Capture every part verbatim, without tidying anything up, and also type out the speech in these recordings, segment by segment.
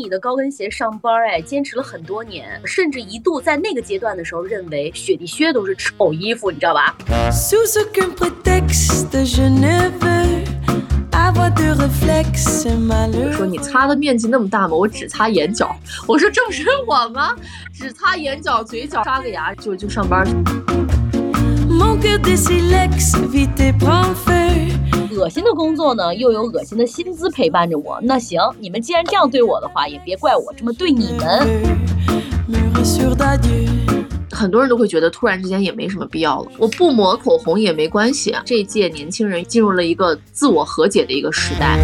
米的高跟鞋上班，哎，坚持了很多年，甚至一度在那个阶段的时候认为雪地靴都是丑衣服，你知道吧？ 我说你擦的面积那么大吗？我只擦眼角。我说这不是我吗？只擦眼角、嘴角，刷个牙就就上班。 恶心的工作呢，又有恶心的薪资陪伴着我。那行，你们既然这样对我的话，也别怪我这么对你们。 很多人都会觉得突然之间也没什么必要了，我不抹口红也没关系啊。这一届年轻人进入了一个自我和解的一个时代。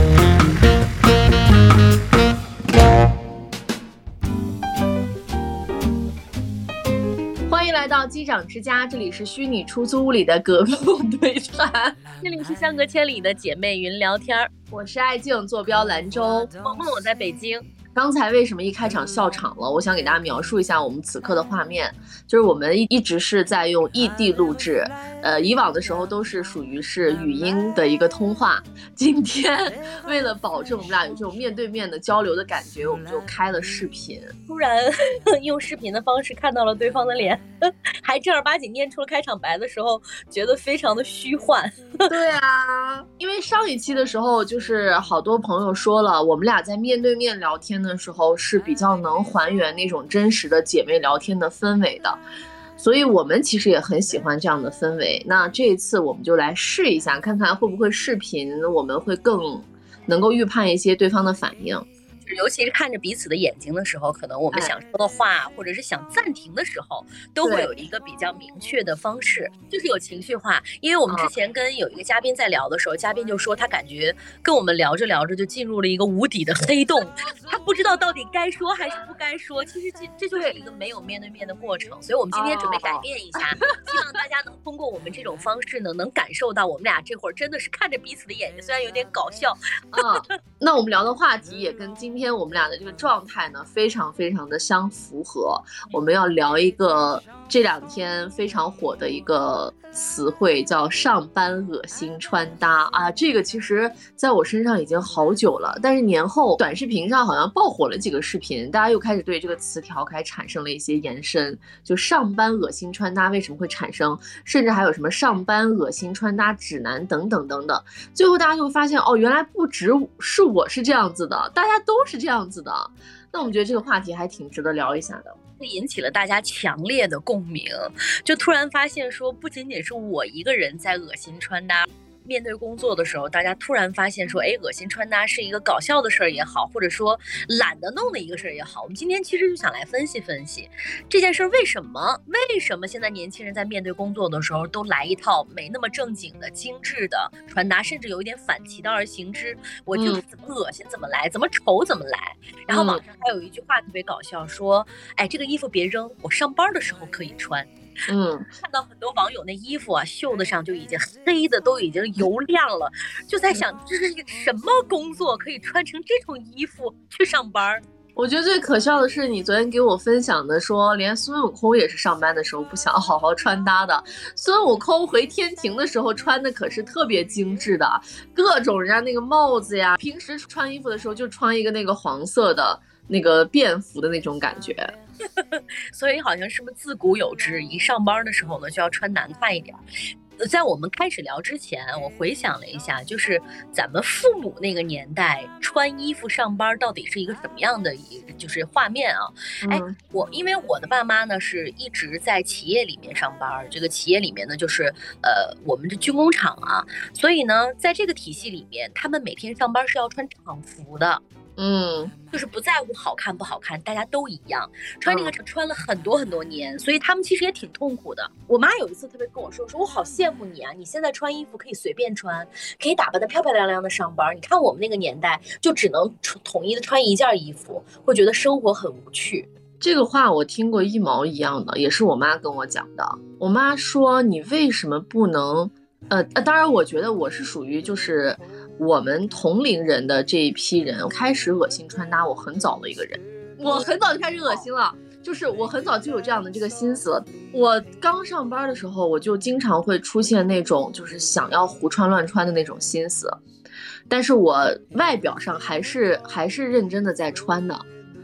欢迎来到机长之家，这里是虚拟出租屋里的隔空对谈， 这里是相隔千里的姐妹云聊天。 我是爱静，坐标兰州， 萌萌我在北京。 刚才为什么一开场笑场了？我想给大家描述一下我们此刻的画面，就是我们一直是在用异地录制，呃，以往的时候都是属于是语音的一个通话，今天为了保证我们俩有这种面对面的交流的感觉，我们就开了视频。 突然用视频的方式看到了对方的脸，还正儿八经念出了开场白的时候，觉得非常的虚幻。 对啊，因为上一期的时候，就是好多朋友说了，我们俩在面对面聊天的时候是比较能还原那种真实的姐妹聊天的氛围的，所以我们其实也很喜欢这样的氛围。那这一次我们就来试一下，看看会不会视频我们会更能够预判一些对方的反应。 尤其是看着彼此的眼睛的时候，可能我们想说的话、哎、或者是想暂停的时候，都会有一个比较明确的方式，就是有情绪化。因为我们之前跟有一个嘉宾在聊的时候、嗯、嘉宾就说他感觉跟我们聊着聊着就进入了一个无底的黑洞，他不知道到底该说还是不该说。其实这这就是一个没有面对面的过程，所以我们今天准备改变一下、哦、希望大家能通过我们这种方式呢，能感受到我们俩这会儿真的是看着彼此的眼睛，虽然有点搞笑啊、嗯。那我们聊的话题也跟今天今天我们俩的这个状态呢，非常非常的相符合。我们要聊一个这两天非常火的一个词汇，叫上班恶心穿搭啊。这个其实在我身上已经好久了，但是年后短视频上好像爆火了几个视频，大家又开始对这个词条开始产生了一些延伸。就上班恶心穿搭为什么会产生，甚至还有什么上班恶心穿搭指南等等等等。最后大家就会发现，哦，原来不只是我是这样子的，大家都是这样子的。那我们觉得这个话题还挺值得聊一下的， 引起了大家强烈的共鸣。就突然发现说，不仅仅是我一个人在恶心穿搭，面对工作的时候，大家突然发现说，哎，恶心穿搭是一个搞笑的事儿也好，或者说懒得弄的一个事儿也好。我们今天其实就想来分析分析这件事，为什么为什么现在年轻人在面对工作的时候都来一套没那么正经的精致的穿搭，甚至有一点反其道而行之，我就怎么恶心怎么来，怎么丑怎么来。然后网上还有一句话特别搞笑，说，哎，这个衣服别扔，我上班的时候可以穿。 嗯， 看到很多网友那衣服啊，袖子上就已经黑的都已经油亮了，就在想这是一个什么工作可以穿成这种衣服去上班。 我觉得最可笑的是你昨天给我分享的说，连孙悟空也是上班的时候不想好好穿搭的。孙悟空回天庭的时候穿的可是特别精致的，各种人家那个帽子呀，平时穿衣服的时候就穿一个那个黄色的那个便服的那种感觉。 所以好像是不是自古有之，一上班的时候呢就要穿难看一点。在我们开始聊之前，我回想了一下，就是咱们父母那个年代穿衣服上班到底是一个什么样的一就是画面啊？哎、嗯，我因为我的爸妈呢是一直在企业里面上班，这个企业里面呢就是呃我们的军工厂啊，所以呢在这个体系里面，他们每天上班是要穿厂服的。 嗯， 就是不在乎好看不好看，大家都一样，穿这个穿了很多很多年，所以他们其实也挺痛苦的。我妈有一次特别跟我说，说我好羡慕你啊，你现在穿衣服可以随便穿，可以打扮得漂漂亮亮的上班。你看我们那个年代就只能统一的穿一件衣服，会觉得生活很无趣。 这个话我听过一毛一样的，也是我妈跟我讲的。我妈说你为什么不能呃当然我觉得我是属于就是我们同龄人的这一批人开始恶心穿搭，我很早的一个人，我很早就开始恶心了，就是我很早就有这样的这个心思了。我刚上班的时候，我就经常会出现那种就是想要胡穿乱穿的那种心思，但是我外表上还是还是认真的在穿的。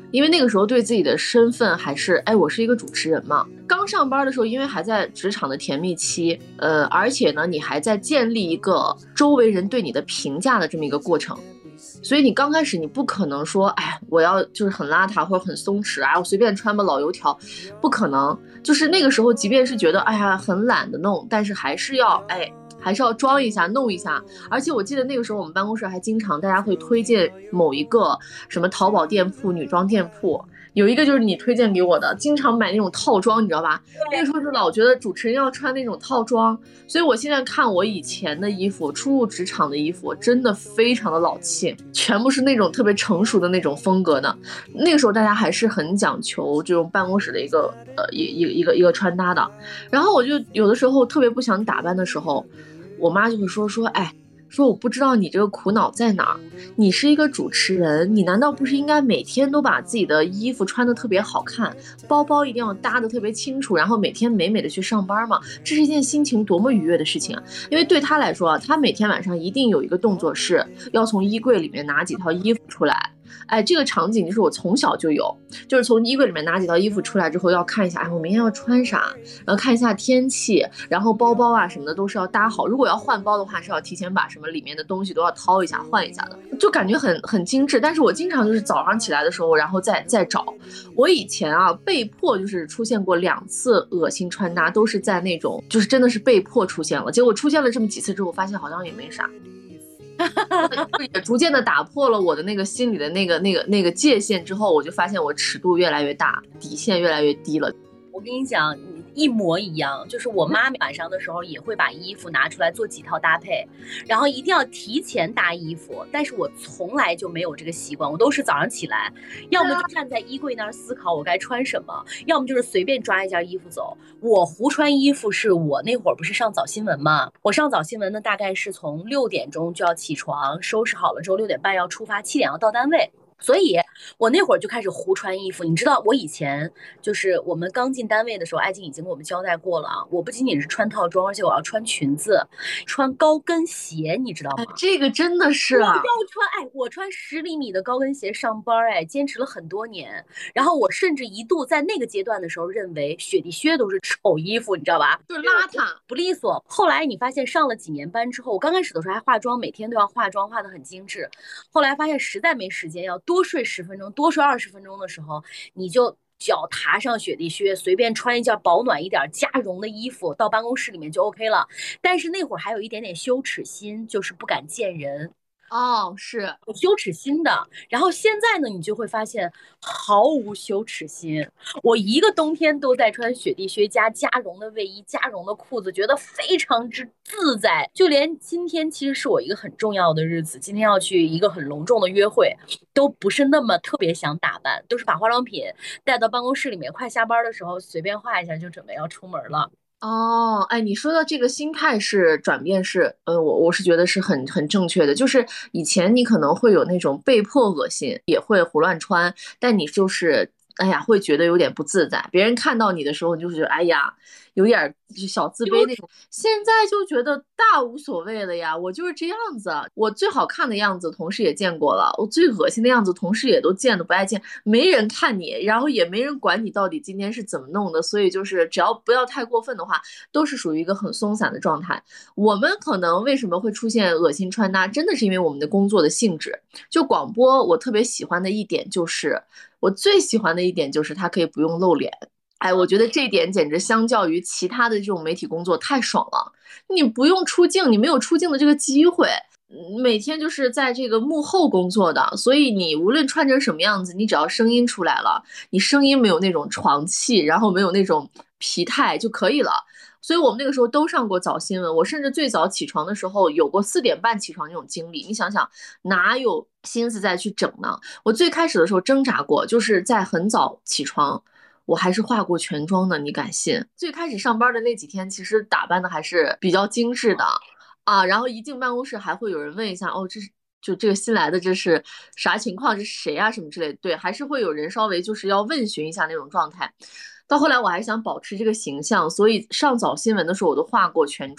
因为那个时候对自己的身份还是，哎，我是一个主持人嘛。刚上班的时候，因为还在职场的甜蜜期，呃，而且呢，你还在建立一个周围人对你的评价的这么一个过程。所以你刚开始你不可能说，哎，我要就是很邋遢或者很松弛啊，我随便穿吧老油条，不可能。就是那个时候，即便是觉得哎呀很懒得弄，但是还是要哎。还是要装一下弄一下。而且我记得那个时候我们办公室还经常大家会推荐某一个什么淘宝店铺、女装店铺，有一个就是你推荐给我的，经常买那种套装，你知道吧？那个时候就老觉得主持人要穿那种套装，所以我现在看我以前的衣服，初入职场的衣服，真的非常的老气，全部是那种特别成熟的那种风格的。那个时候大家还是很讲求这种办公室的一个呃一一个一个一个穿搭的。然后我就有的时候特别不想打扮的时候，我妈就会说说，哎。说我不知道你这个苦恼在哪儿，你是一个主持人，你难道不是应该每天都把自己的衣服穿得特别好看，包包一定要搭得特别清楚，然后每天美美的去上班吗？这是一件心情多么愉悦的事情啊！因为对他来说啊，他每天晚上一定有一个动作是要从衣柜里面拿几套衣服出来。哎，这个场景就是我从小就有，就是从衣柜里面拿几套衣服出来之后，要看一下，哎，我明天要穿啥，然后看一下天气，然后包包啊什么的都是要搭好。如果要换包的话，是要提前把什么里面的东西都要掏一下、换一下的，就感觉很很精致。但是我经常就是早上起来的时候，然后再再找。我以前啊，被迫就是出现过两次恶心穿搭，都是在那种就是真的是被迫出现了。结果出现了这么几次之后，发现好像也没啥。也逐渐的打破了我的那个心里的那个那个那个界限之后，我就发现我尺度越来越大，底线越来越低了。 我跟你讲，一模一样，就是我妈晚上的时候也会把衣服拿出来做几套搭配，然后一定要提前搭衣服，但是我从来就没有这个习惯，我都是早上起来，要么就站在衣柜那儿思考我该穿什么，要么就是随便抓一件衣服走。我胡穿衣服是我那会儿不是上早新闻嘛，我上早新闻呢，大概是从六点钟就要起床，收拾好了之后六点半要出发，七点要到单位。所以我那会儿就开始胡穿衣服，你知道我以前就是我们刚进单位的时候，艾静已经给我们交代过了啊，我不仅仅是穿套装，而且我要穿裙子，穿高跟鞋，你知道吗？ 哎、这个真的是啊， 我要穿，哎，我穿十厘米的高跟鞋上班，哎，坚持了很多年。然后我甚至一度在那个阶段的时候，认为雪地靴都是丑衣服，你知道吧？ 就是邋遢不利索。后来你发现上了几年班之后，我刚开始的时候还化妆，每天都要化妆，化得很精致。后来发现实在没时间，要多睡十分钟，多睡二十分钟的时候，你就脚踏上雪地靴，随便穿一件保暖一点加绒的衣服到办公室里面就 OK 了。但是那会儿还有一点点羞耻心，就是不敢见人。 哦，是有羞耻心的。然后现在呢，你就会发现毫无羞耻心。我一个冬天都在穿雪地靴加加绒的卫衣、加绒的裤子，觉得非常之自在。就连今天其实是我一个很重要的日子，今天要去一个很隆重的约会，都不是那么特别想打扮，都是把化妆品带到办公室里面，快下班的时候随便画一下就准备要出门了。 哦，哎，你说的这个心态是转变是，呃，我我是觉得是很很正确的。就是以前你可能会有那种被迫恶心，也会胡乱穿，但你就是，哎呀，会觉得有点不自在。别人看到你的时候，你就是觉得，哎呀，有点小自卑那种。现在就觉得大无所谓了呀，我就是这样子，我最好看的样子同事也见过了，我最恶心的样子同事也都见都不爱见，没人看你，然后也没人管你到底今天是怎么弄的，所以就是只要不要太过分的话，都是属于一个很松散的状态。我们可能为什么会出现恶心穿搭，真的是因为我们的工作的性质。就广播，我特别喜欢的一点就是，我最喜欢的一点就是它可以不用露脸。哎，我觉得这一点简直相较于其他的这种媒体工作太爽了。你不用出镜，你没有出镜的这个机会，每天就是在这个幕后工作的，所以你无论穿成什么样子，你只要声音出来了，你声音没有那种床气，然后没有那种疲态就可以了。所以我们那个时候都上过早新闻，我甚至最早起床的时候有过四点半起床那种经历。你想想，哪有心思再去整呢？我最开始的时候挣扎过，就是在很早起床。我还是化过全妆的，你敢信？最开始上班的那几天，其实打扮的还是比较精致的啊。然后一进办公室，还会有人问一下，哦，这是就这个新来的，这是啥情况？这是谁啊？什么之类的。对，还是会有人稍微就是要问询一下那种状态。到后来，我还想保持这个形象，所以上早新闻的时候，我都化过全妆。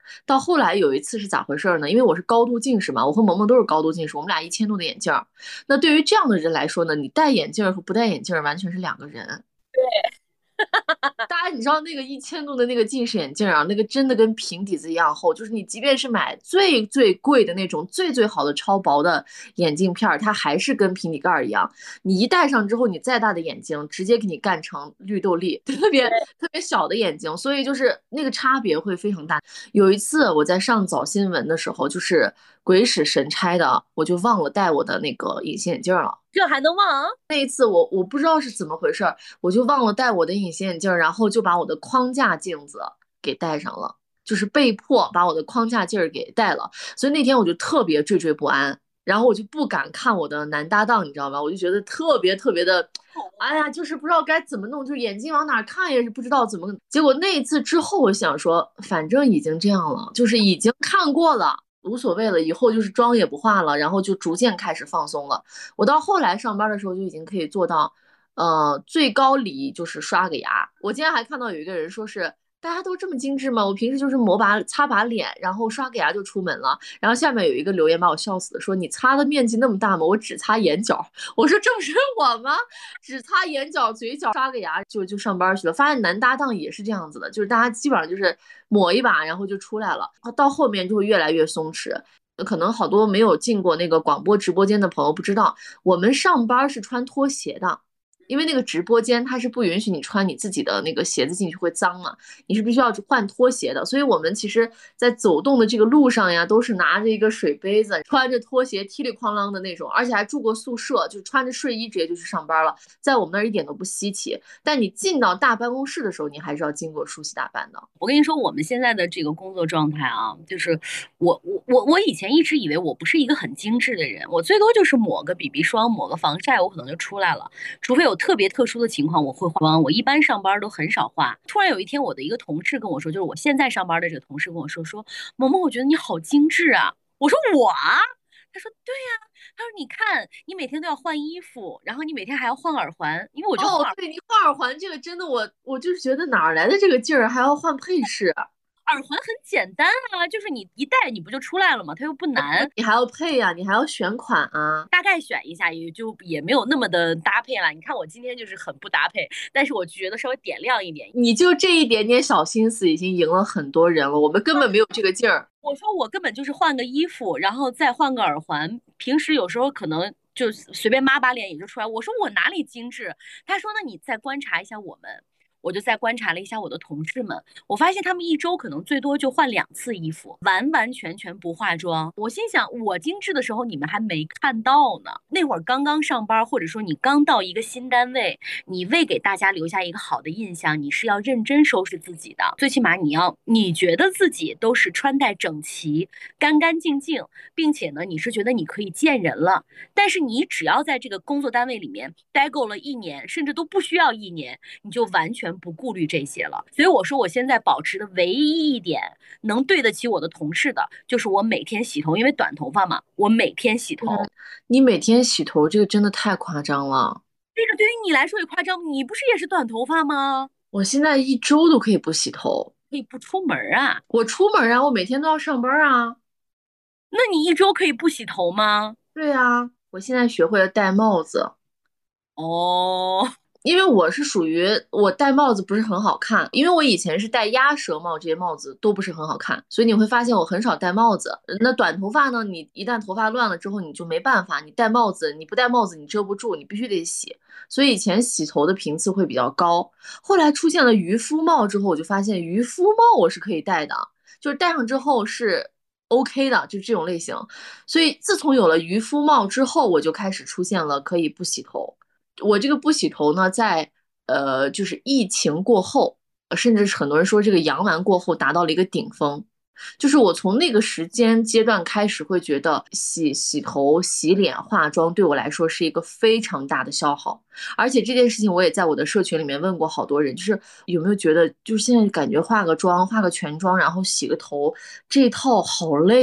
到后来有一次是咋回事呢？因为我是高度近视嘛，我和萌萌都是高度近视，我们俩一千度的眼镜儿。那对于这样的人来说呢，你戴眼镜和不戴眼镜完全是两个人。大家你知道那个一千度的那个近视眼镜啊，那个真的跟平底子一样厚，就是你即便是买最最贵的那种最最好的超薄的眼镜片，它还是跟平底盖一样。你一戴上之后，你再大的眼睛直接给你干成绿豆粒，特别特别小的眼睛，所以就是那个差别会非常大。有一次我在上早新闻的时候，就是鬼使神差的，我就忘了带我的那个隐形眼镜了。 这还能忘？ 那一次我我不知道是怎么回事，我就忘了带我的隐形眼镜，然后就把我的框架镜子给戴上了，就是被迫把我的框架镜给戴了。所以那天我就特别惴惴不安，然后我就不敢看我的男搭档，你知道吧？我就觉得特别特别的，哎呀，就是不知道该怎么弄，就是眼睛往哪看也是不知道怎么。结果那一次之后，我想说，反正已经这样了，就是已经看过了。无所谓了，以后就是妆也不化了，然后就逐渐开始放松了。我到后来上班的时候就已经可以做到，呃，最高礼就是刷个牙。我今天还看到有一个人说是大家都这么精致吗？我平时就是抹把擦把脸，然后刷个牙就出门了。然后下面有一个留言把我笑死了，说你擦的面积那么大吗？我只擦眼角。我说这不是我吗？只擦眼角、嘴角，刷个牙就就上班去了。发现男搭档也是这样子的，就是大家基本上就是抹一把，然后就出来了。到后面就会越来越松弛。可能好多没有进过那个广播直播间的朋友不知道，我们上班是穿拖鞋的。因为那个直播间它是不允许你穿你自己的那个鞋子进去，会脏嘛，你是必须要换拖鞋的。所以我们其实在走动的这个路上呀，都是拿着一个水杯子，穿着拖鞋踢里哐啷的那种，而且还住过宿舍，就穿着睡衣直接就去上班了，在我们那儿一点都不稀奇。但你进到大办公室的时候，你还是要经过梳洗打扮的。 我跟你说，我们现在的这个工作状态啊，就是我我我我以前一直以为我不是一个很精致的人，我最多就是抹个 B B 霜，抹个防晒，我可能就出来了。除非有特别特殊的情况，我会化妆。我一般上班都很少化。突然有一天，我的一个同事跟我说，就是我现在上班的这个同事跟我说，说萌萌，我觉得你好精致啊。我说我啊，他说对呀、啊，他说你看你每天都要换衣服，然后你每天还要换耳环，因为我就换哦，对你换耳环这个真的我我就是觉得哪来的这个劲儿，还要换配饰。 耳环很简单啊，就是你一戴你不就出来了吗？它又不难， 你还要配呀、啊，你还要选款啊， 大概选一下也就也没有那么的搭配了。你看我今天就是很不搭配，但是我觉得稍微点亮一点。 你就这一点点小心思已经赢了很多人了，我们根本没有这个劲儿。 我说我根本就是换个衣服，然后再换个耳环，平时有时候可能就随便抹把脸也就出来。我说我哪里精致？他说那你再观察一下我们。我就再观察了一下我的同事们，我发现他们一周可能最多就换两次衣服，完完全全不化妆。我心想，我精致的时候你们还没看到呢。那会儿刚刚上班，或者说你刚到一个新单位，你为给大家留下一个好的印象，你是要认真收拾自己的。最起码你要，你觉得自己都是穿戴整齐、干干净净，并且呢，你是觉得你可以见人了。但是你只要在这个工作单位里面待够了一年，甚至都不需要一年，你就完全不顾虑这些了。所以我说，我现在保持的唯一一点能对得起我的同事的，就是我每天洗头，因为短头发嘛，我每天洗头。 嗯、你每天洗头，这个真的太夸张了。 这个对于你来说也夸张，你不是也是短头发吗？ 我现在一周都可以不洗头， 可以不出门啊？ 我出门啊，我每天都要上班啊。 那你一周可以不洗头吗？ 对啊，我现在学会了戴帽子。 哦， 因为我是属于我戴帽子不是很好看，因为我以前是戴鸭舌帽，这些帽子都不是很好看，所以你会发现我很少戴帽子。那短头发呢，你一旦头发乱了之后，你就没办法，你戴帽子，你不戴帽子你遮不住，你必须得洗。所以以前洗头的频次会比较高，后来出现了渔夫帽之后，我就发现渔夫帽我是可以戴的，就是戴上之后是 OK 的，就这种类型。所以自从有了渔夫帽之后，我就开始出现了可以不洗头。我这个不洗头呢，在呃，就是疫情过后，甚至是很多人说这个阳完过后达到了一个顶峰。就是我从那个时间阶段开始，会觉得洗洗头、洗脸、化妆对我来说是一个非常大的消耗。而且这件事情我也在我的社群里面问过好多人，就是有没有觉得，就是现在感觉化个妆、化个全妆，然后洗个头，这一套好累呀、啊。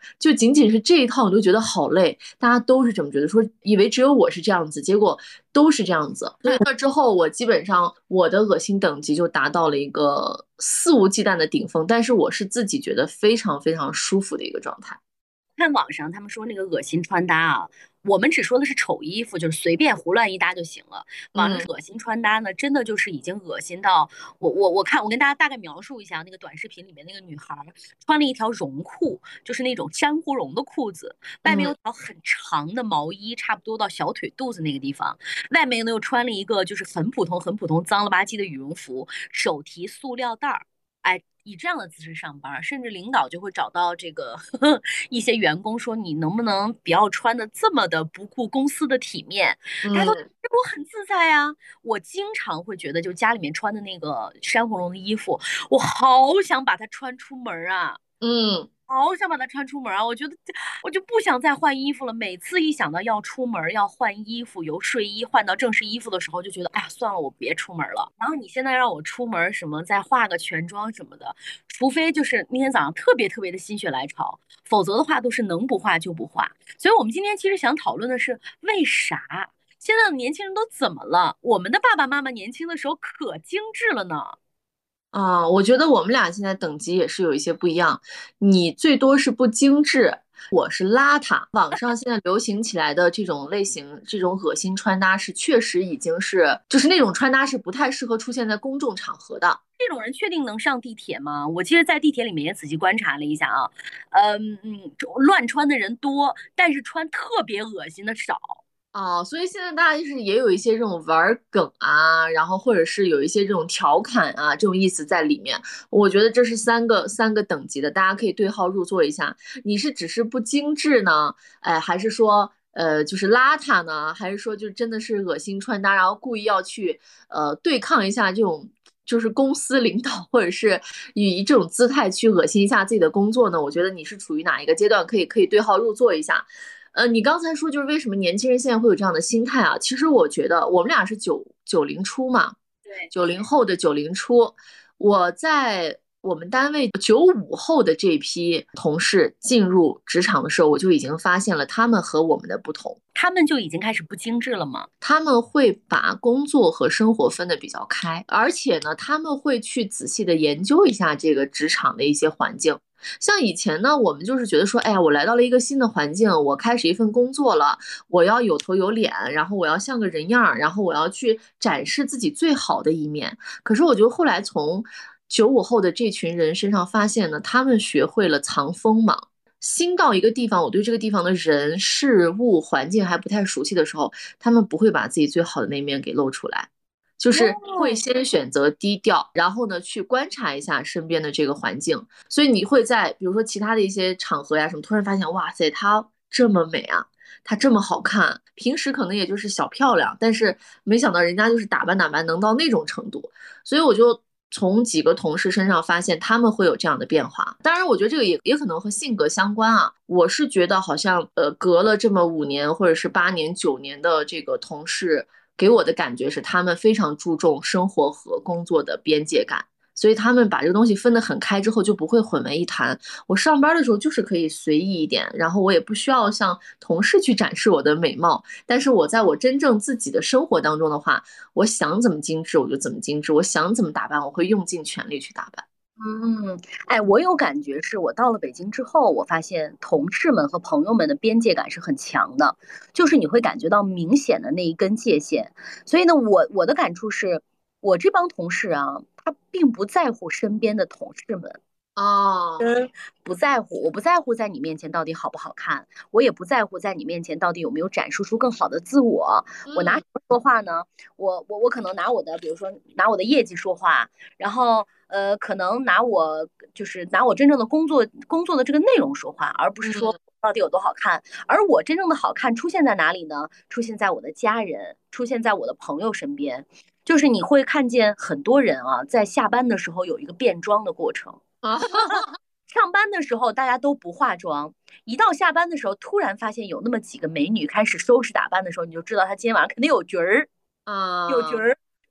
就仅仅是这一套，我就觉得好累。大家都是这么觉得，说以为只有我是这样子，结果都是这样子。所以那之后，我基本上我的恶心等级就达到了一个肆无忌惮的顶峰，但是我是自己觉得非常非常舒服的一个状态。 看网上他们说那个恶心穿搭啊，我们只说的是丑衣服，就是随便胡乱一搭就行了。网上恶心穿搭呢，真的就是已经恶心到我我我看我跟大家大概描述一下那个短视频里面那个女孩穿了一条绒裤，就是那种珊瑚绒的裤子，外面有条很长的毛衣，差不多到小腿肚子那个地方，外面呢又穿了一个就是很普通很普通脏了吧唧的羽绒服，手提塑料袋儿。哎，以这样的姿势上班，甚至领导就会找到这个呵呵一些员工说，你能不能不要穿的这么的不顾公司的体面？大家都觉得我很自在呀、啊。我经常会觉得，就家里面穿的那个珊瑚绒的衣服，我好想把它穿出门啊。 嗯。 好想把它穿出门啊！我觉得我就不想再换衣服了。每次一想到要出门要换衣服，由睡衣换到正式衣服的时候，就觉得哎呀，算了，我别出门了。然后你现在让我出门什么，再化个全妆什么的，除非就是那天早上特别特别的心血来潮，否则的话都是能不化就不化。所以我们今天其实想讨论的是，为啥现在的年轻人都怎么了？我们的爸爸妈妈年轻的时候可精致了呢。 啊，我觉得我们俩现在等级也是有一些不一样。你最多是不精致，我是邋遢。网上现在流行起来的这种类型，这种恶心穿搭是确实已经是，就是那种穿搭是不太适合出现在公众场合的。 这种人确定能上地铁吗？我其实，在地铁里面也仔细观察了一下啊，嗯嗯，乱穿的人多，但是穿特别恶心的少。 哦，所以现在大家就是也有一些这种玩梗啊，然后或者是有一些这种调侃啊，这种意思在里面。我觉得这是三个三个等级的，大家可以对号入座一下。你是只是不精致呢，哎，还是说呃就是邋遢呢，还是说就真的是恶心穿搭，然后故意要去呃对抗一下这种就是公司领导，或者是以这种姿态去恶心一下自己的工作呢？我觉得你是处于哪一个阶段，可以可以对号入座一下。呃，你刚才说就是为什么年轻人现在会有这样的心态啊？其实我觉得我们俩是九九零初嘛， 对， 九零后的九零初，我在我们单位九五后的这批同事进入职场的时候，我就已经发现了他们和我们的不同。 他们就已经开始不精致了吗？ 他们会把工作和生活分得比较开，而且呢，他们会去仔细的研究一下这个职场的一些环境。像以前呢，我们就是觉得说，哎呀，我来到了一个新的环境，我开始一份工作了，我要有头有脸，然后我要像个人样，然后我要去展示自己最好的一面。可是我觉得后来从九五后的这群人身上发现呢，他们学会了藏锋芒。新到一个地方，我对这个地方的人事物环境还不太熟悉的时候，他们不会把自己最好的那面给露出来。就是会先选择低调，然后呢去观察一下身边的这个环境。所以你会在比如说其他的一些场合呀什么，突然发现哇塞，她这么美啊，她这么好看，平时可能也就是小漂亮，但是没想到人家就是打扮打扮能到那种程度。所以我就从几个同事身上发现他们会有这样的变化。当然，我觉得这个也也可能和性格相关啊。我是觉得好像呃隔了这么五年或者是八年九年的这个同事。给我的感觉是，他们非常注重生活和工作的边界感，所以他们把这个东西分得很开之后，就不会混为一谈。我上班的时候就是可以随意一点，然后我也不需要向同事去展示我的美貌，但是我在我真正自己的生活当中的话，我想怎么精致我就怎么精致，我想怎么打扮我会用尽全力去打扮。 嗯，哎，我有感觉，是我到了北京之后，我发现同事们和朋友们的边界感是很强的，就是你会感觉到明显的那一根界限。所以呢，我我的感触是，我这帮同事啊，他并不在乎身边的同事们。 哦， 嗯，不在乎，我不在乎在你面前到底好不好看，我也不在乎在你面前到底有没有展示出更好的自我。我拿什么说话呢？我我我可能拿我的，比如说拿我的业绩说话，然后呃，可能拿我就是拿我真正的工作工作的这个内容说话，而不是说到底有多好看。而我真正的好看出现在哪里呢？出现在我的家人，出现在我的朋友身边。就是你会看见很多人啊，在下班的时候有一个变装的过程。 啊， 上班的时候大家都不化妆，一到下班的时候，突然发现有那么几个美女开始收拾打扮的时候，你就知道她今天晚上肯定有局儿，有局啊， 儿。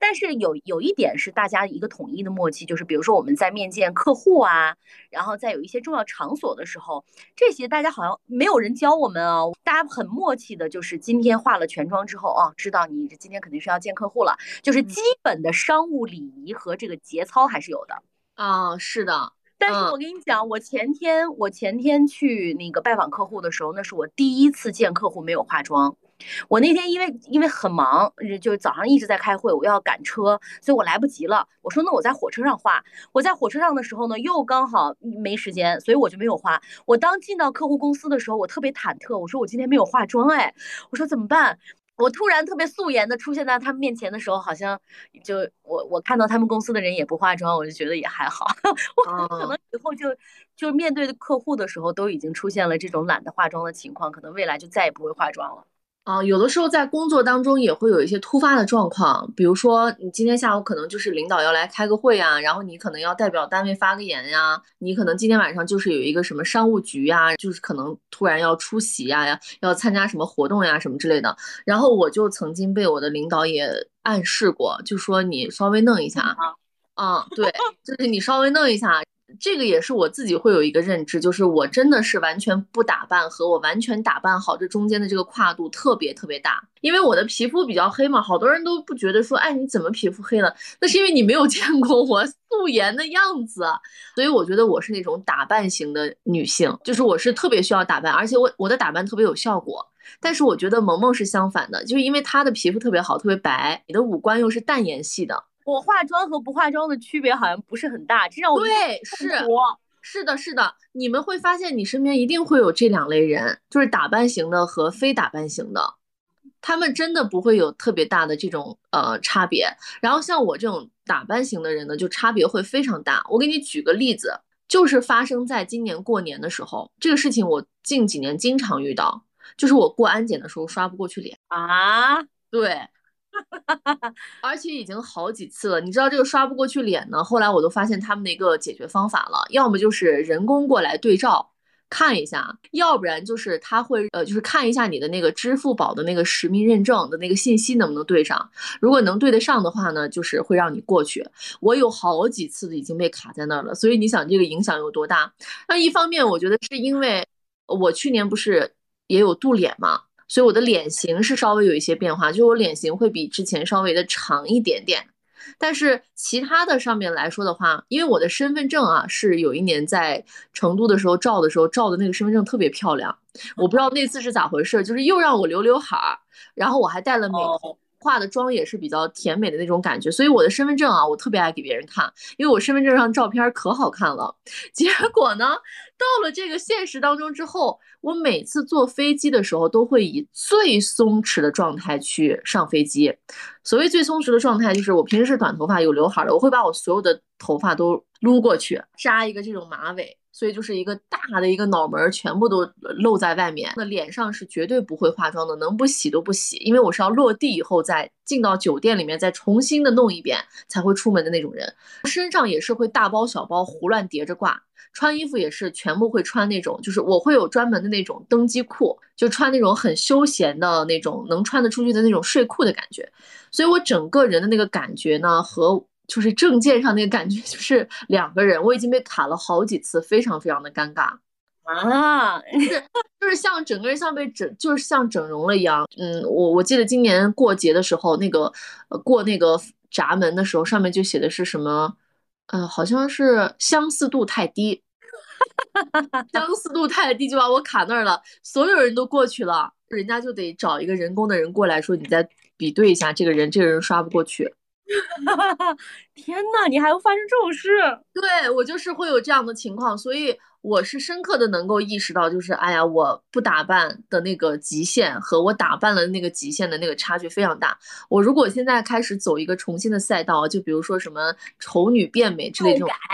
但是有有一点是大家一个统一的默契，就是比如说我们在面见客户啊，然后在有一些重要场所的时候，这些大家好像没有人教我们啊，大家很默契的，就是今天化了全妆之后啊，知道你今天肯定是要见客户了，就是基本的商务礼仪和这个节操还是有的。 啊，是的。 但是我跟你讲，我前天我前天去那个拜访客户的时候，那是我第一次见客户没有化妆。我那天因为因为很忙，就是早上一直在开会，我要赶车，所以我来不及了。我说那我在火车上化。我在火车上的时候呢，又刚好没时间，所以我就没有化。我当进到客户公司的时候，我特别忐忑，我说我今天没有化妆，哎，我说怎么办？我突然特别素颜的出现在他们面前的时候，好像就我我看到他们公司的人也不化妆，我就觉得也还好。我可能以后就就面对客户的时候，都已经出现了这种懒得化妆的情况，可能未来就再也不会化妆了。 啊，有的时候在工作当中也会有一些突发的状况，比如说你今天下午可能就是领导要来开个会啊，然后你可能要代表单位发个言呀，你可能今天晚上就是有一个什么商务局呀，就是可能突然要出席呀，呀，要参加什么活动呀什么之类的。然后我就曾经被我的领导也暗示过，就说你稍微弄一下。啊，对，就是你稍微弄一下。这个也是我自己会有一个认知，就是我真的是完全不打扮和我完全打扮好，这中间的这个跨度特别特别大。因为我的皮肤比较黑嘛，好多人都不觉得说，哎，你怎么皮肤黑了？那是因为你没有见过我素颜的样子。所以我觉得我是那种打扮型的女性，就是我是特别需要打扮，而且我我的打扮特别有效果。但是我觉得萌萌是相反的，就是因为她的皮肤特别好，特别白，你的五官又是淡颜系的。 我化妆和不化妆的区别好像不是很大，这让我对，是是的，是的，你们会发现你身边一定会有这两类人，就是打扮型的和非打扮型的，他们真的不会有特别大的这种呃差别。然后像我这种打扮型的人呢，就差别会非常大。我给你举个例子，就是发生在今年过年的时候，这个事情我近几年经常遇到，就是我过安检的时候刷不过去脸啊， 对。而且已经好几次了，你知道这个刷不过去脸呢，后来我都发现他们的一个解决方法了，要么就是人工过来对照看一下，要不然就是他会呃，就是看一下你的那个支付宝的那个实名认证的那个信息能不能对上，如果能对得上的话呢，就是会让你过去。我有好几次已经被卡在那儿了，所以你想这个影响有多大？那一方面我觉得是因为我去年不是也有镀脸嘛。所以我的脸型是稍微有一些变化，就我脸型会比之前稍微的长一点点。但是其他的上面来说的话，因为我的身份证啊是有一年在成都的时候照的时候照的那个身份证特别漂亮，我不知道那次是咋回事，就是又让我留刘海儿，然后我还带了美瞳。化的妆也是比较甜美的那种感觉，所以我的身份证啊，我特别爱给别人看，因为我身份证上照片可好看了。结果呢，到了这个现实当中之后，我每次坐飞机的时候都会以最松弛的状态去上飞机。所谓最松弛的状态，就是我平时是短头发有刘海的，我会把我所有的头发都撸过去，扎一个这种马尾。所以就是一个大的一个脑门全部都露在外面，那脸上是绝对不会化妆的，能不洗都不洗，因为我是要落地以后再进到酒店里面再重新的弄一遍才会出门的那种人。身上也是会大包小包胡乱叠着挂，穿衣服也是全部会穿那种，就是我会有专门的那种登机裤，就穿那种很休闲的那种能穿得出去的那种睡裤的感觉。所以我整个人的那个感觉呢和就是证件上那个感觉就是两个人，我已经被卡了好几次，非常非常的尴尬啊， 就是就是像整个人像被整，就是像整容了一样。嗯，我我记得今年过节的时候，那个呃过那个闸门的时候，上面就写的是什么，呃，好像是相似度太低，相似度太低就把我卡那儿了，所有人都过去了，人家就得找一个人工的人过来说，你再比对一下这个人，这个人刷不过去。 天呐，你还会发生这种事？ 对，我就是会有这样的情况，所以我是深刻的能够意识到，就是哎呀，我不打扮的那个极限和我打扮了那个极限的那个差距非常大。我如果现在开始走一个重新的赛道，就比如说什么丑女变美之类这种，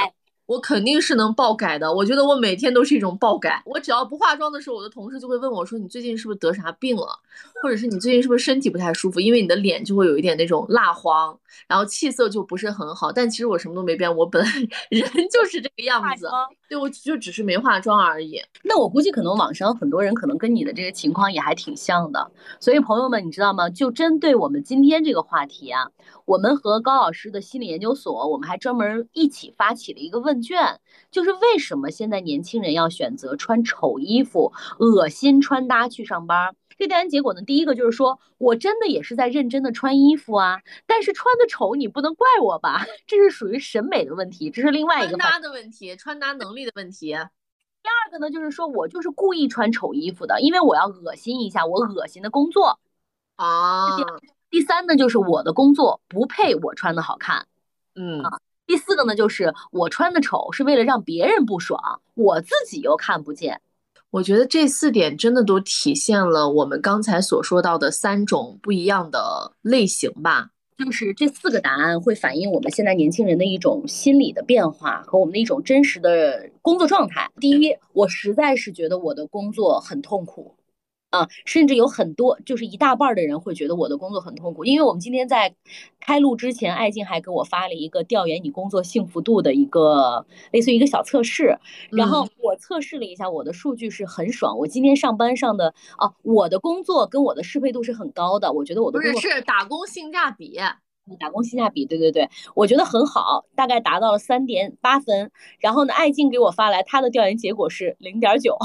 我肯定是能爆改的。我觉得我每天都是一种爆改。我只要不化妆的时候，我的同事就会问我说：“你最近是不是得啥病了？或者是你最近是不是身体不太舒服？因为你的脸就会有一点那种蜡黄，然后气色就不是很好。”但其实我什么都没变，我本来人就是这个样子。对，我就只是没化妆而已。 那我估计可能网上很多人可能跟你的这个情况也还挺像的。所以朋友们，你知道吗？就针对我们今天这个话题啊，我们和高老师的心理研究所，我们还专门一起发起了一个问卷，就是为什么现在年轻人要选择穿丑衣服、恶心穿搭去上班？这个调研结果呢，第一个就是说我真的也是在认真的穿衣服啊，但是穿的丑你不能怪我吧？这是属于审美的问题，这是另外一个穿搭的问题，穿搭能力的问题。 第二个呢，就是说我就是故意穿丑衣服的，因为我要恶心一下我恶心的工作啊。 第三呢，就是我的工作不配我穿的好看。 嗯。 啊，第四个呢，就是我穿的丑是为了让别人不爽，我自己又看不见。 我觉得这四点真的都体现了我们刚才所说到的三种不一样的类型吧。 就是这四个答案会反映我们现在年轻人的一种心理的变化和我们的一种真实的工作状态。第一，我实在是觉得我的工作很痛苦。啊，甚至有很多，就是一大半的人会觉得我的工作很痛苦，因为我们今天在开录之前，艾静还给我发了一个调研你工作幸福度的一个类似于一个小测试，然后我测试了一下，我的数据是很爽，我今天上班上的啊，我的工作跟我的适配度是很高的，我觉得我的工作不是是打工性价比， 打工性价比，对对对，我觉得很好，大概达到了三点八分。然后呢，艾静给我发来她的调研结果是零点九。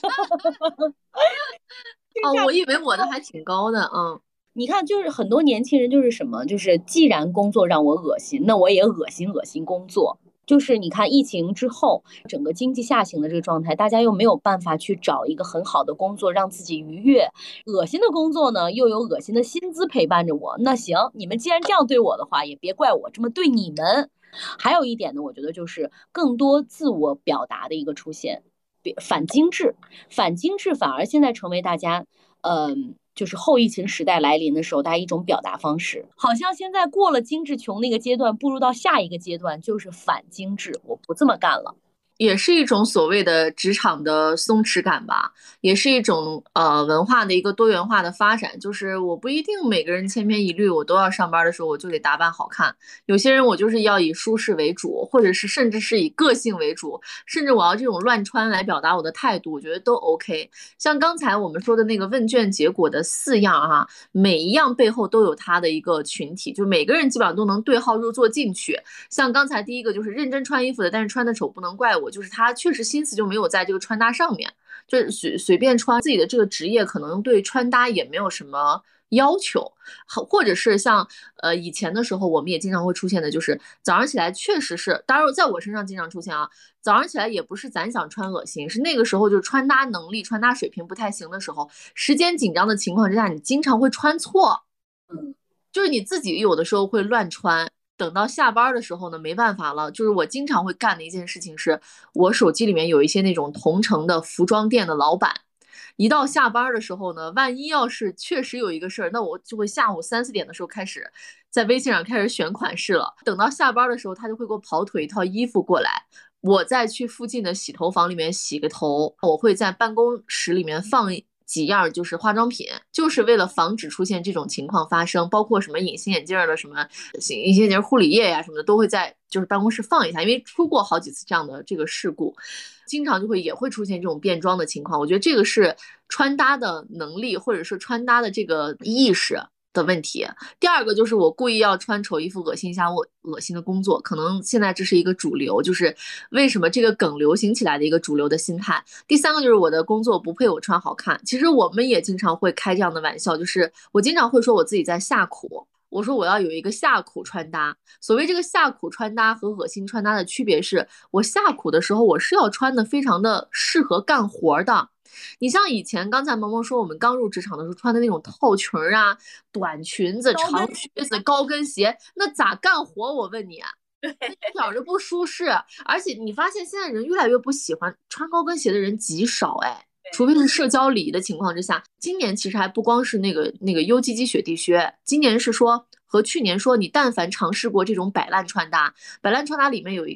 哦，我以为我的还挺高的，嗯。 你看，就是很多年轻人就是什么，就是既然工作让我恶心，那我也恶心恶心工作。就是你看疫情之后，整个经济下行的这个状态，大家又没有办法去找一个很好的工作让自己愉悦，恶心的工作呢又有恶心的薪资陪伴着我。那行，你们既然这样对我的话，也别怪我这么对你们。还有一点呢，我觉得就是更多自我表达的一个出现，反精致，反精致反而现在成为大家，嗯、呃。就是后疫情时代来临的时候，大家一种表达方式，好像现在过了精致穷那个阶段，步入到下一个阶段，就是反精致，我不这么干了。 也是一种所谓的职场的松弛感吧，也是一种呃文化的一个多元化的发展。就是我不一定每个人千篇一律，我都要上班的时候我就得打扮好看。有些人我就是要以舒适为主，或者是甚至是以个性为主，甚至我要这种乱穿来表达我的态度，我觉得都 OK。像刚才我们说的那个问卷结果的四样哈、啊，每一样背后都有它的一个群体，就每个人基本上都能对号入座进去。像刚才第一个就是认真穿衣服的，但是穿的丑不能怪我。就是他确实心思就没有在这个穿搭上面，就是随随便穿，自己的这个职业可能对穿搭也没有什么要求，或者是像呃以前的时候，我们也经常会出现的，就是早上起来确实是，当然在我身上经常出现啊，早上起来也不是咱想穿恶心，是那个时候就穿搭能力、穿搭水平不太行的时候，时间紧张的情况之下，你经常会穿错，嗯，就是你自己有的时候会乱穿。等到下班的时候呢，没办法了，就是我经常会干的一件事情是，我手机里面有一些那种同城的服装店的老板，一到下班的时候呢，万一要是确实有一个事儿，那我就会下午三四点的时候开始在微信上开始选款式了。等到下班的时候，他就会给我跑腿一套衣服过来，我再去附近的洗头房里面洗个头，我会在办公室里面放几样就是化妆品，就是为了防止出现这种情况发生，包括什么隐形眼镜的什么隐形眼镜护理液呀、啊、什么的，都会在就是办公室放一下，因为出过好几次这样的这个事故，经常就会也会出现这种变装的情况。我觉得这个是穿搭的能力，或者是穿搭的这个意识的问题。第二个就是我故意要穿丑衣服恶心一下我恶心的工作，可能现在这是一个主流，就是为什么这个梗流行起来的一个主流的心态。第三个就是我的工作不配我穿好看，其实我们也经常会开这样的玩笑，就是我经常会说我自己在下苦，我说我要有一个下苦穿搭。所谓这个下苦穿搭和恶心穿搭的区别是，我下苦的时候我是要穿的非常的适合干活的。你像以前刚才萌萌说我们刚入职场的时候穿的那种套裙啊、短裙子、长靴子、高跟鞋，那咋干活？我问你啊，一点都不舒适。而且你发现现在人越来越不喜欢穿高跟鞋的人极少哎，除非是社交礼仪的情况之下。今年其实还不光是那个那个 U G G 雪地靴，今年是说和去年说，你但凡尝试过这种摆烂穿搭，摆烂穿搭里面有一个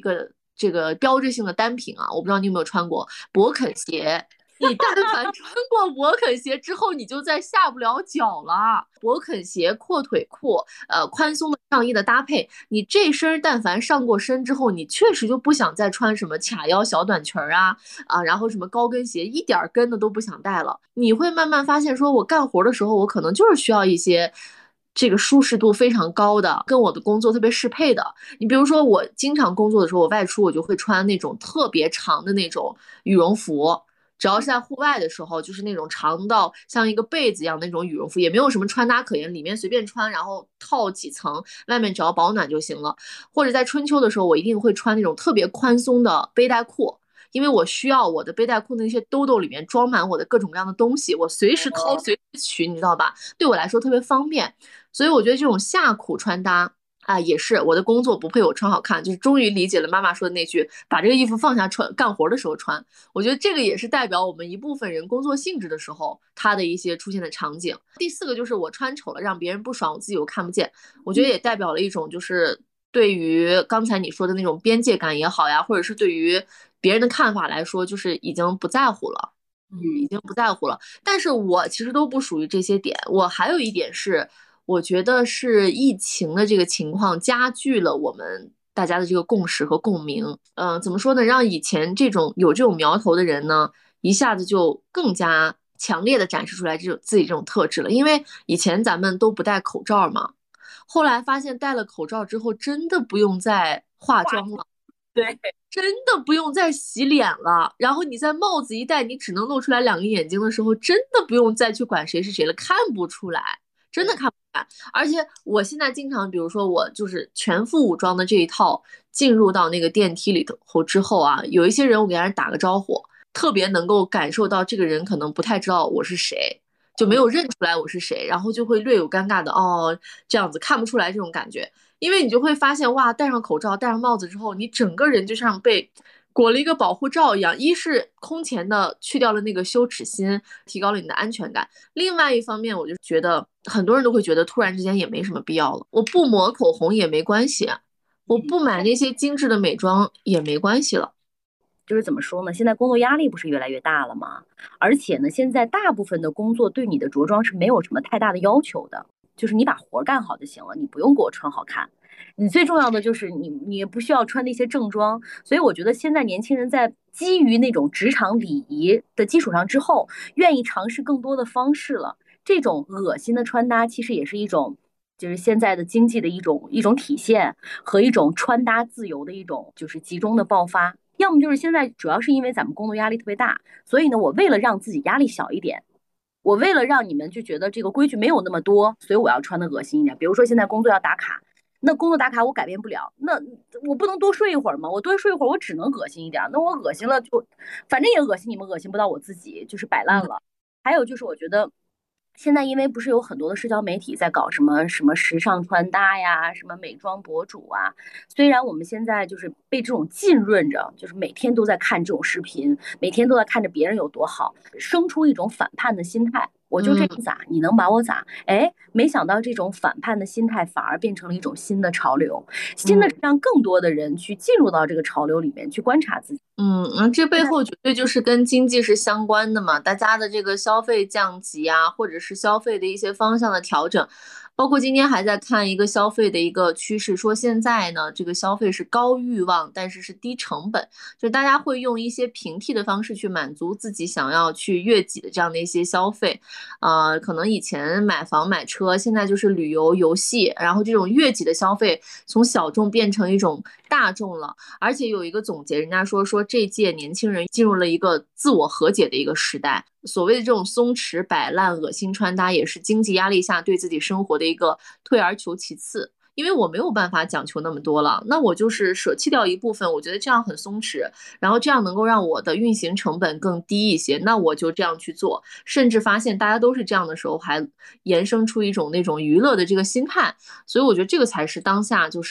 这个标志性的单品啊，我不知道你有没有穿过勃肯鞋。你但凡穿过勃肯鞋之后，你就再下不了脚了。勃肯鞋、阔腿裤，呃，宽松的上衣的搭配，你这身但凡上过身之后，你确实就不想再穿什么卡腰小短裙啊啊，然后什么高跟鞋，一点跟的都不想带了。你会慢慢发现，说我干活的时候，我可能就是需要一些。这个舒适度非常高的，跟我的工作特别适配的。你比如说，我经常工作的时候，我外出我就会穿那种特别长的那种羽绒服。只要是在户外的时候，就是那种长到像一个被子一样那种羽绒服，也没有什么穿搭可言，里面随便穿，然后套几层，外面只要保暖就行了。或者在春秋的时候，我一定会穿那种特别宽松的背带裤，因为我需要我的背带裤的那些兜兜里面装满我的各种各样的东西，我随时掏随时取，你知道吧？对我来说特别方便。所以我觉得这种夏苦穿搭啊，也是我的工作不配我穿好看，就是终于理解了妈妈说的那句，把这个衣服放下穿，干活的时候穿。我觉得这个也是代表我们一部分人工作性质的时候，它的一些出现的场景。第四个就是我穿丑了，让别人不爽，我自己又看不见。我觉得也代表了一种就是对于刚才你说的那种边界感也好呀，或者是对于别人的看法来说，就是已经不在乎了。嗯，已经不在乎了。但是我其实都不属于这些点。我还有一点是，我觉得是疫情的这个情况加剧了我们大家的这个共识和共鸣。嗯、呃，怎么说呢？让以前这种有这种苗头的人呢，一下子就更加强烈的展示出来这种自己这种特质了。因为以前咱们都不戴口罩嘛，后来发现戴了口罩之后，真的不用再化妆了。 对， 真的不用再洗脸了。然后你在帽子一戴，你只能露出来两个眼睛的时候，真的不用再去管谁是谁了，看不出来，真的看不出来。而且我现在经常，比如说我就是全副武装的这一套进入到那个电梯里头之后啊，有一些人我给人打个招呼，特别能够感受到这个人可能不太知道我是谁。就没有认出来我是谁，然后就会略有尴尬的哦，这样子看不出来这种感觉。因为你就会发现，哇，戴上口罩、戴上帽子之后，你整个人就像被裹了一个保护罩一样。一是空前的去掉了那个羞耻心，提高了你的安全感；另外一方面，我就觉得很多人都会觉得，突然之间也没什么必要了。我不抹口红也没关系，我不买那些精致的美妆也没关系了。 就是怎么说呢？现在工作压力不是越来越大了吗？而且呢，现在大部分的工作对你的着装是没有什么太大的要求的。就是你把活干好就行了，你不用给我穿好看。你最重要的就是你，你也不需要穿那些正装。所以我觉得现在年轻人在基于那种职场礼仪的基础上之后，愿意尝试更多的方式了。这种恶心的穿搭其实也是一种，就是现在的经济的一种一种体现和一种穿搭自由的一种就是集中的爆发。要么就是现在主要是因为咱们工作压力特别大，所以呢，我为了让自己压力小一点。我为了让你们就觉得这个规矩没有那么多，所以我要穿的恶心一点。比如说现在工作要打卡，那工作打卡我改变不了，那我不能多睡一会儿吗？我多睡一会儿，我只能恶心一点。那我恶心了就，反正也恶心你们，恶心不到我自己，就是摆烂了。还有就是我觉得。现在因为不是有很多的社交媒体在搞什么什么时尚穿搭呀，什么美妆博主啊，虽然我们现在就是被这种浸润着，就是每天都在看这种视频，每天都在看着别人有多好，生出一种反叛的心态。我就这样咋，你能把我咋？哎，没想到这种反叛的心态反而变成了一种新的潮流，新的让更多的人去进入到这个潮流里面去观察自己。 嗯，那这背后绝对就是跟经济是相关的嘛，大家的这个消费降级啊，或者是消费的一些方向的调整。包括今天还在看一个消费的一个趋势，说现在呢，这个消费是高欲望，但是是低成本，就大家会用一些平替的方式去满足自己想要去悦己的这样的一些消费。呃，可能以前买房买车，现在就是旅游游戏，然后这种悦己的消费从小众变成一种大众了。而且有一个总结，人家说说这届年轻人进入了一个自我和解的一个时代。所谓的这种松弛、摆烂、恶心穿搭，也是经济压力下对自己生活的一个退而求其次。因为我没有办法讲求那么多了，那我就是舍弃掉一部分，我觉得这样很松弛，然后这样能够让我的运行成本更低一些，那我就这样去做。甚至发现大家都是这样的时候，还延伸出一种那种娱乐的这个心态。所以我觉得这个才是当下就是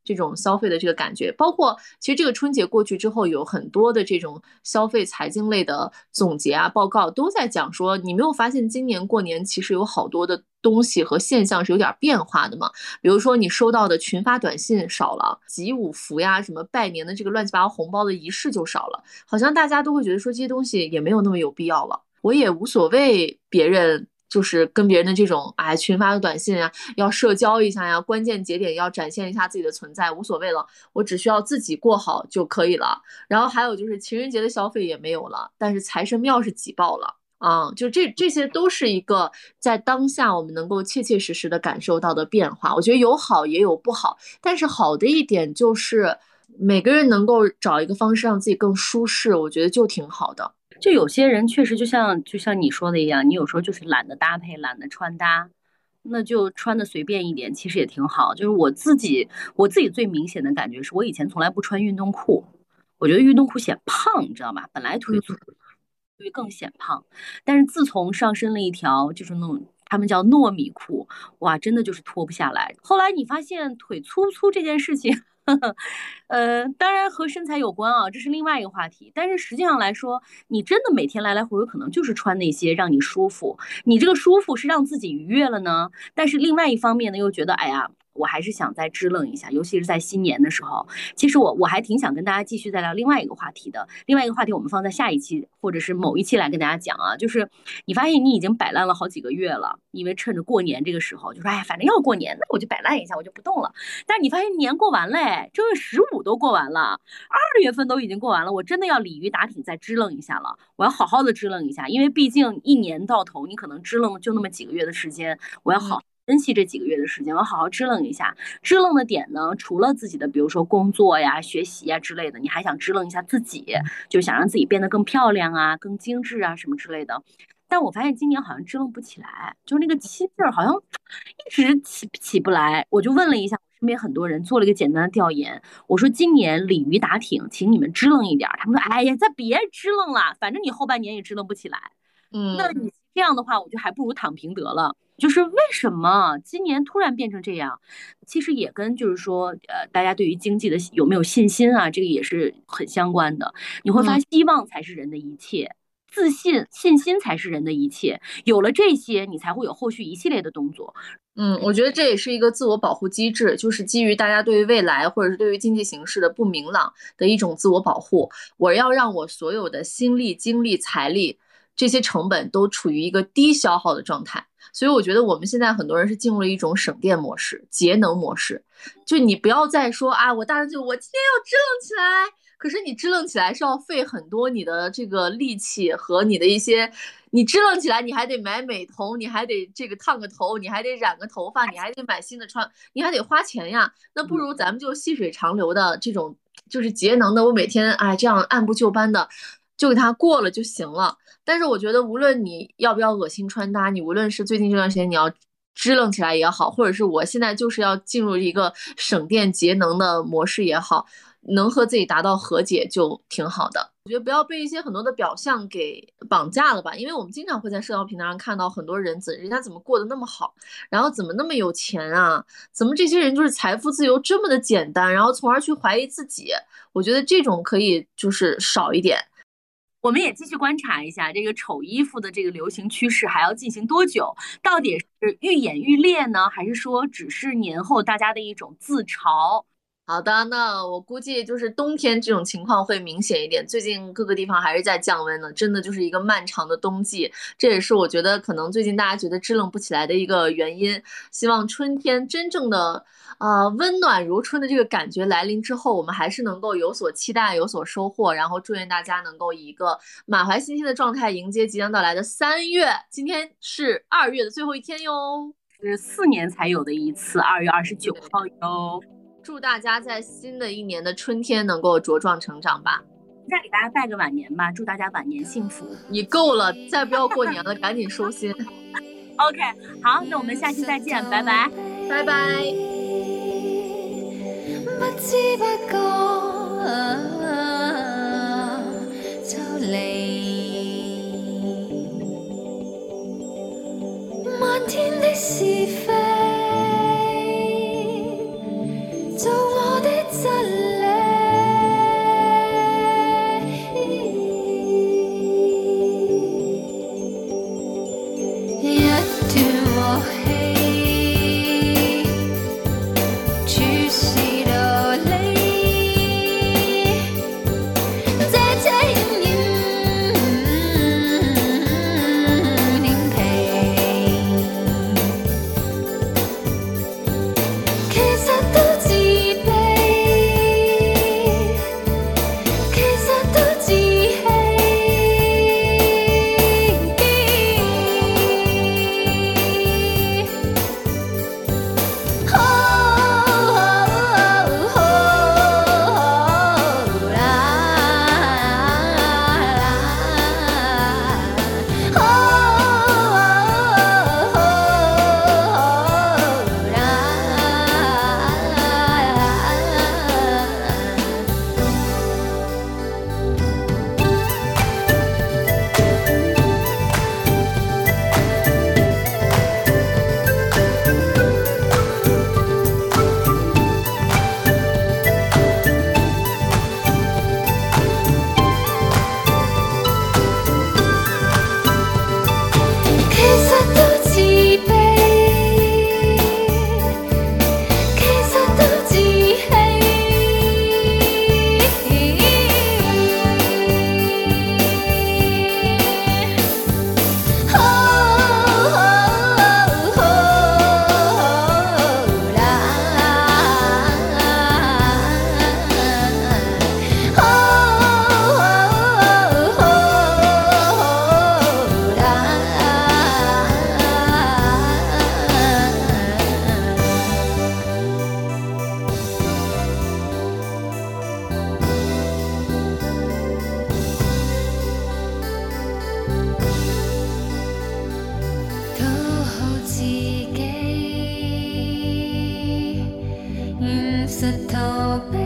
这种消费的这个感觉。包括其实这个春节过去之后，有很多的这种消费财经类的总结啊报告都在讲说，你没有发现今年过年其实有好多的东西和现象是有点变化的吗？比如说你收到的群发短信少了，集五福呀什么拜年的这个乱七八糟红包的仪式就少了，好像大家都会觉得说这些东西也没有那么有必要了，我也无所谓别人就是跟别人的这种哎群发的短信啊，要社交一下呀，关键节点要展现一下自己的存在，无所谓了，我只需要自己过好就可以了。然后还有就是情人节的消费也没有了，但是财神庙是挤爆了。啊、嗯，就这这些都是一个在当下我们能够切切实实的感受到的变化。我觉得有好也有不好，但是好的一点就是每个人能够找一个方式让自己更舒适，我觉得就挺好的。 就有些人确实就像就像你说的一样，你有时候就是懒得搭配，懒得穿搭，那就穿的随便一点，其实也挺好。就是我自己我自己最明显的感觉是我以前从来不穿运动裤，我觉得运动裤显胖，你知道吧？本来腿粗，会更显胖。但是自从上身了一条就是那种他们叫糯米裤，哇，真的就是脱不下来。后来你发现腿粗粗这件事情。呃，当然和身材有关啊，这是另外一个话题。但是实际上来说，你真的每天来来回回，可能就是穿那些让你舒服。你这个舒服是让自己愉悦了呢，但是另外一方面呢，又觉得哎呀，我还是想再支棱一下，尤其是在新年的时候。其实我我还挺想跟大家继续再聊另外一个话题的。另外一个话题我们放在下一期或者是某一期来跟大家讲啊，就是你发现你已经摆烂了好几个月了，因为趁着过年这个时候，就说哎，反正要过年，那我就摆烂一下，我就不动了。但是你发现年过完嘞，正月十五都过完了，二月份都已经过完了，我真的要鲤鱼打挺再支棱一下了，我要好好的支棱一下，因为毕竟一年到头你可能支棱就那么几个月的时间，我要好。珍惜这几个月的时间，我要好好支棱一下。支棱的点呢，除了自己的，比如说工作呀、学习呀之类的，你还想支棱一下自己，就想让自己变得更漂亮啊、更精致啊什么之类的。但我发现今年好像支棱不起来，就是那个气劲儿好像一直起起不来。我就问了一下身边很多人，做了一个简单的调研，我说今年鲤鱼打挺，请你们支棱一点。他们说，哎呀，再别支棱了，反正你后半年也支棱不起来。 嗯， 那你这样的话，我就还不如躺平得了。就是为什么今年突然变成这样？其实也跟就是说，呃，大家对于经济的有没有信心啊，这个也是很相关的。你会发现，希望才是人的一切，自信、信心才是人的一切。有了这些，你才会有后续一系列的动作。 嗯，我觉得这也是一个自我保护机制，就是基于大家对于未来或者是对于经济形势的不明朗的一种自我保护。我要让我所有的心力、精力、财力这些成本都处于一个低消耗的状态。所以我觉得我们现在很多人是进入了一种省电模式、节能模式。就你不要再说啊，我大人就我今天要支棱起来，可是你支棱起来是要费很多你的这个力气和你的一些，你支棱起来你还得买美瞳，你还得这个烫个头，你还得染个头发，你还得买新的穿，你还得花钱呀。那不如咱们就细水长流的这种，就是节能的，我每天哎这样按部就班的。就给它过了就行了。但是我觉得，无论你要不要恶心穿搭，你无论是最近这段时间你要支棱起来也好，或者是我现在就是要进入一个省电节能的模式也好，能和自己达到和解就挺好的。我觉得不要被一些很多的表象给绑架了吧，因为我们经常会在社交平台上看到很多人怎人家怎么过得那么好，然后怎么那么有钱啊，怎么这些人就是财富自由这么的简单，然后从而去怀疑自己。我觉得这种可以就是少一点。 我们也继续观察一下这个丑衣服的这个流行趋势还要进行多久？到底是愈演愈烈呢，还是说只是年后大家的一种自嘲？ 好的，那我估计就是冬天这种情况会明显一点。最近各个地方还是在降温呢，真的就是一个漫长的冬季。这也是我觉得可能最近大家觉得支棱不起来的一个原因。希望春天真正的呃温暖如春的这个感觉来临之后，我们还是能够有所期待，有所收获。然后祝愿大家能够以一个满怀信心的状态迎接即将到来的三月。今天是二月的最后一天哟， 是四年才有的一次，二月二十九号哟。 祝大家在新的一年的春天能够茁壮成长吧。 再给大家拜个晚年吧，祝大家晚年幸福。 你够了，再不要过年了，赶紧收心。 OK， 好，那我们下期再见，拜拜， 拜拜。不知不覺就嚟，漫天的是非。做我實逃避。